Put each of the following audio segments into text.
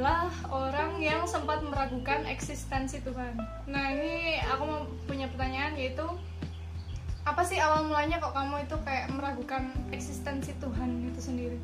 adalah orang yang sempat meragukan eksistensi Tuhan. Nah ini aku mau punya pertanyaan, yaitu apa sih awal mulanya kok kamu itu kayak meragukan eksistensi Tuhan itu sendiri?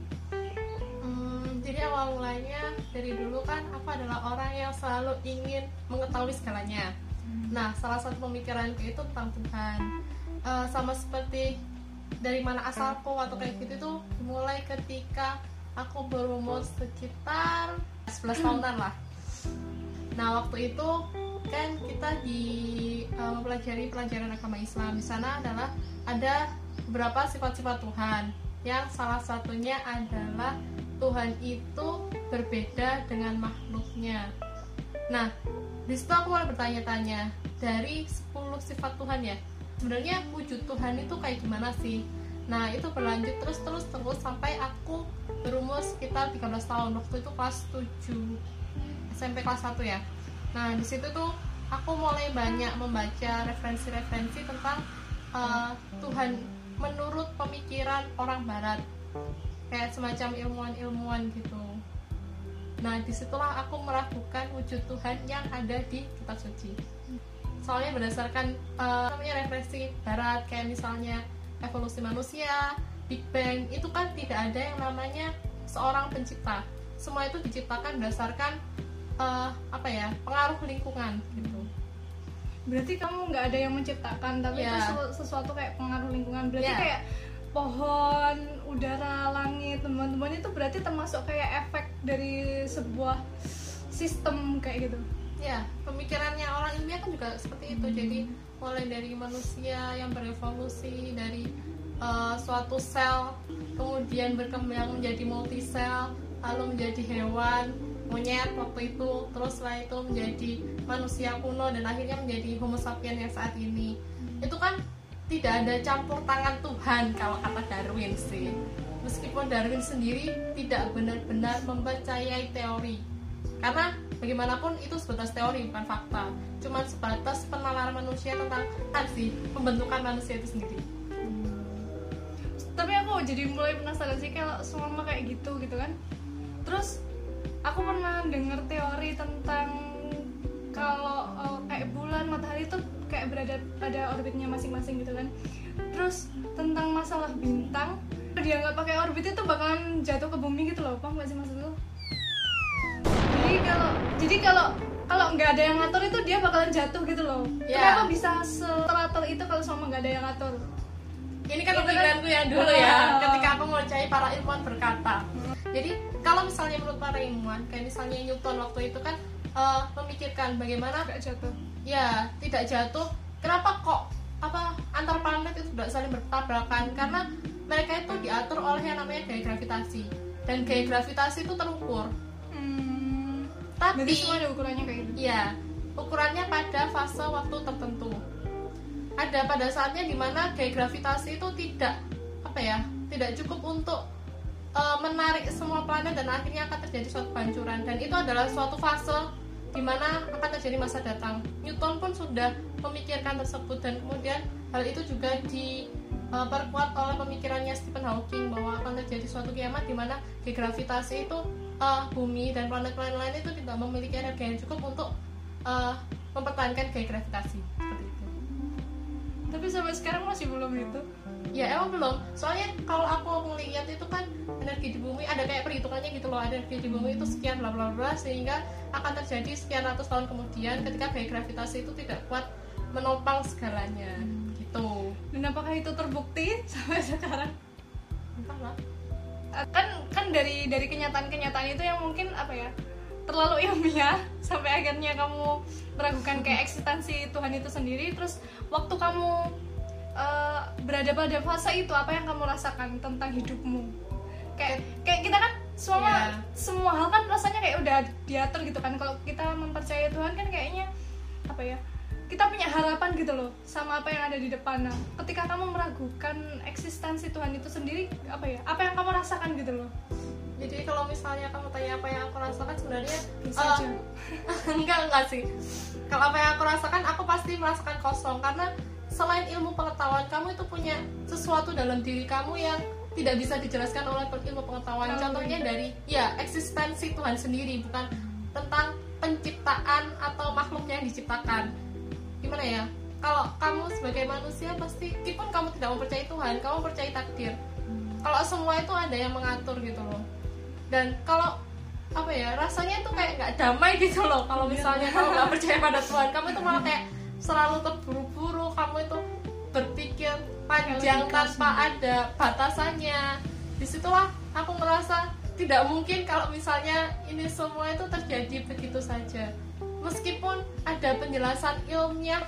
Jadi awal mulanya dari dulu kan aku adalah orang yang selalu ingin mengetahui segalanya. Nah, salah satu pemikiranku itu tentang Tuhan. Sama seperti dari mana asalku atau kayak gitu tuh mulai ketika aku berumur sekitar 11 tahunan lah. Nah, waktu itu kan kita mempelajari pelajaran agama Islam. Di sana adalah ada beberapa sifat-sifat Tuhan, yang salah satunya adalah Tuhan itu berbeda dengan makhluknya. Nah, di situ aku mulai bertanya-tanya, dari 10 sifat Tuhan ya, sebenarnya wujud Tuhan itu kayak gimana sih? Nah, itu berlanjut terus sampai aku berumur sekitar 13 tahun. Waktu itu kelas 7 SMP kelas 1 ya. Nah, di situ tuh aku mulai banyak membaca referensi-referensi tentang Tuhan menurut pemikiran orang barat, kayak semacam ilmuwan-ilmuwan gitu. Nah, disitulah aku meragukan wujud Tuhan yang ada di kitab suci. Soalnya berdasarkan namanya referensi barat, kayak misalnya evolusi manusia, Big Bang, itu kan tidak ada yang namanya seorang pencipta. Semua itu diciptakan berdasarkan pengaruh lingkungan gitu. Berarti kamu nggak ada yang menciptakan, tapi itu sesuatu kayak pengaruh lingkungan. Berarti kayak pohon, udara, langit, teman-teman itu berarti termasuk kayak efek dari sebuah sistem kayak gitu. Ya, pemikirannya orang ilmiah kan juga seperti itu. Jadi mulai dari manusia yang berevolusi dari suatu sel, kemudian berkembang menjadi multisel, lalu menjadi hewan, monyet waktu itu, terus setelah itu menjadi manusia kuno, dan akhirnya menjadi Homo sapiens yang saat ini. Itu kan tidak ada campur tangan Tuhan kalau kata Darwin sih. Meskipun Darwin sendiri tidak benar-benar mempercayai teori, karena bagaimanapun itu sebatas teori bukan fakta, cuma sebatas penalaran manusia tentang pembentukan manusia itu sendiri. Tapi aku jadi mulai penasaran sih kalau semua kayak gitu kan. Terus aku pernah dengar teori tentang kalau kayak bulan, matahari itu kayak berada pada orbitnya masing-masing gitu kan. Terus tentang masalah bintang, dia nggak pakai orbit itu bakalan jatuh ke bumi gitu loh, paham nggak sih maksudku? Jadi kalau nggak ada yang ngatur itu dia bakalan jatuh gitu loh. Kenapa bisa seteratur itu kalau semua nggak ada yang ngatur? Ini kan pemikiranku yang dulu ya, ketika aku mau cari para ilmuwan berkata. Jadi kalau misalnya menurut para ilmuwan, kayak misalnya Newton waktu itu kan memikirkan bagaimana tidak jatuh. Ya, tidak jatuh. Kenapa kok antar planet itu tidak saling bertabrakan? Karena mereka itu diatur oleh yang namanya gaya gravitasi, dan gaya gravitasi itu terukur. Tapi semua ada ukurannya kayak gitu. Iya, ukurannya pada fase waktu tertentu. Ada pada saatnya dimana gaya gravitasi itu tidak cukup untuk menarik semua planet, dan akhirnya akan terjadi suatu pancuran, dan itu adalah suatu fase di mana akan terjadi masa datang. Newton pun sudah memikirkan tersebut, dan kemudian hal itu juga diperkuat oleh pemikirannya Stephen Hawking bahwa akan terjadi suatu kiamat di mana gaya gravitasi itu bumi dan planet-planet lain itu tidak memiliki energi yang cukup untuk mempertahankan gaya gravitasi seperti itu. Tapi sampai sekarang masih belum itu. Ya emang belum, soalnya kalau aku melihat itu kan energi di bumi ada kayak perhitungannya gitu loh, ada energi di bumi itu sekian bla bla bla, sehingga akan terjadi sekian ratus tahun kemudian ketika gaya gravitasi itu tidak kuat menopang segalanya gitu. Dan apakah itu terbukti sampai sekarang? Entahlah. Kan dari kenyataan itu yang mungkin terlalu ilmiah sampai akhirnya kamu meragukan kayak eksistensi Tuhan itu sendiri. Terus waktu kamu berada pada fase itu, apa yang kamu rasakan tentang hidupmu? Kayak kita kan semua hal kan rasanya kayak udah diatur gitu kan. Kalau kita mempercayai Tuhan kan kayaknya kita punya harapan gitu loh sama apa yang ada di depan. Nah, ketika kamu meragukan eksistensi Tuhan itu sendiri, apa yang kamu rasakan gitu loh? Jadi kalau misalnya kamu tanya apa yang aku rasakan, sebenarnya bisa aja. enggak sih. Kalau apa yang aku rasakan, aku pasti merasakan kosong, karena selain ilmu pengetahuan, kamu itu punya sesuatu dalam diri kamu yang tidak bisa dijelaskan oleh ilmu pengetahuan. Contohnya dari eksistensi Tuhan sendiri, bukan tentang penciptaan atau makhluknya yang diciptakan. Gimana ya, kalau kamu sebagai manusia pasti, meskipun kamu tidak mempercayai Tuhan, kamu percaya takdir. Kalau semua itu ada yang mengatur gitu loh. Dan kalau apa ya, rasanya itu kayak nggak damai gitu loh. Kalau misalnya kamu nggak percaya pada Tuhan, kamu itu malah kayak selalu terburu-buru, kamu itu berpikir panjang tanpa ada batasannya. Disitulah aku merasa tidak mungkin kalau misalnya ini semua itu terjadi begitu saja. Meskipun ada penjelasan ilmiah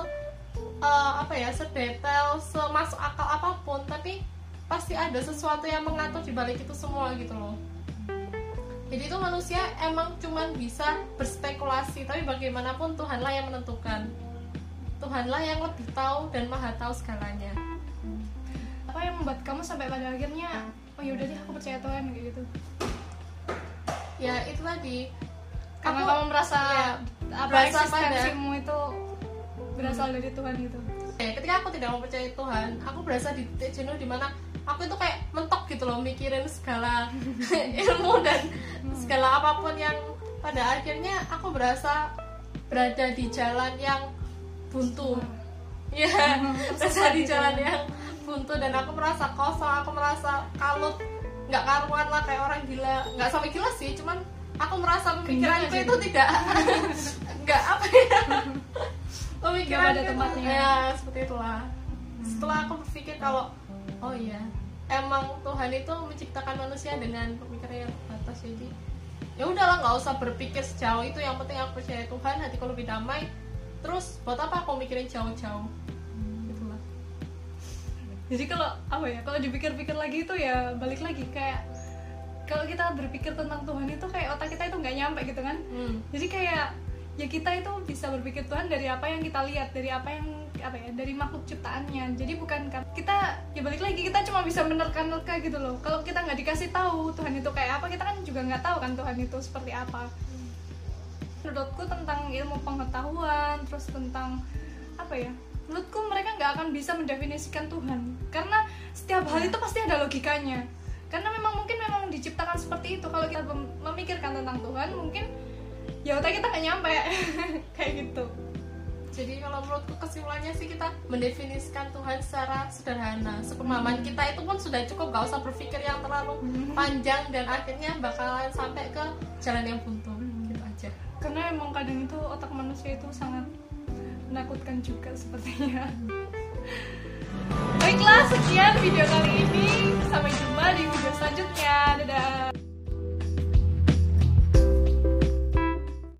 sedetail, semasuk akal apapun, tapi pasti ada sesuatu yang mengatur di balik itu semua gitu loh. Jadi itu manusia emang cuman bisa berspekulasi, tapi bagaimanapun Tuhanlah yang menentukan. Tuhanlah yang lebih tahu dan maha tahu segalanya. Apa yang membuat kamu sampai pada akhirnya, oh yaudah deh aku percaya Tuhan kayak gitu? Ya itu tadi, Karena kamu merasa berasa eksistensimu itu berasal dari Tuhan gitu. Ketika aku tidak mempercayai Tuhan, aku berasa di titik jenuh dimana aku itu kayak mentok gitu loh, mikirin segala ilmu dan segala apapun yang pada akhirnya aku berasa berada di jalan yang buntu. Ya, berada di jalan yang buntu dan aku merasa kosong, aku merasa kalut, nggak karuan lah, kayak orang gila. Nggak sampai gila sih, cuman aku merasa pemikiranku itu tidak nggak apa ya, pemikiran pada tempatnya. Ya seperti itulah. Setelah aku berpikir kalau oh iya, emang Tuhan itu menciptakan manusia dengan pemikiran yang terbatas, jadi ya udahlah, nggak usah berpikir sejauh itu, yang penting aku percaya Tuhan, hatiku lebih damai. Terus buat apa aku mikirin jauh-jauh? Itulah. Jadi kalau apa ya, kalau dipikir-pikir lagi itu ya balik lagi kayak kalau kita berpikir tentang Tuhan itu kayak otak kita itu nggak nyampe gitu kan. Jadi kayak ya kita itu bisa berpikir Tuhan dari apa yang kita lihat, dari apa yang dari makhluk ciptaannya. Jadi bukan kan kita, ya balik lagi, kita cuma bisa menerka-nerka gitu loh. Kalau kita nggak dikasih tahu Tuhan itu kayak apa, kita kan juga nggak tahu kan Tuhan itu seperti apa. Menurutku tentang ilmu pengetahuan, terus tentang menurutku mereka nggak akan bisa mendefinisikan Tuhan, karena setiap hal itu pasti ada logikanya. Karena memang diciptakan seperti itu. Kalau kita memikirkan tentang Tuhan, mungkin ya otak kita nggak nyampe kayak gitu. Jadi kalau menurutku kesimpulannya sih, kita mendefinisikan Tuhan secara sederhana. Sepemahaman kita itu pun sudah cukup, gak usah berpikir yang terlalu panjang dan akhirnya bakalan sampai ke jalan yang buntu. Gitu aja. Karena emang kadang itu otak manusia itu sangat menakutkan juga sepertinya. Baiklah, sekian video kali ini.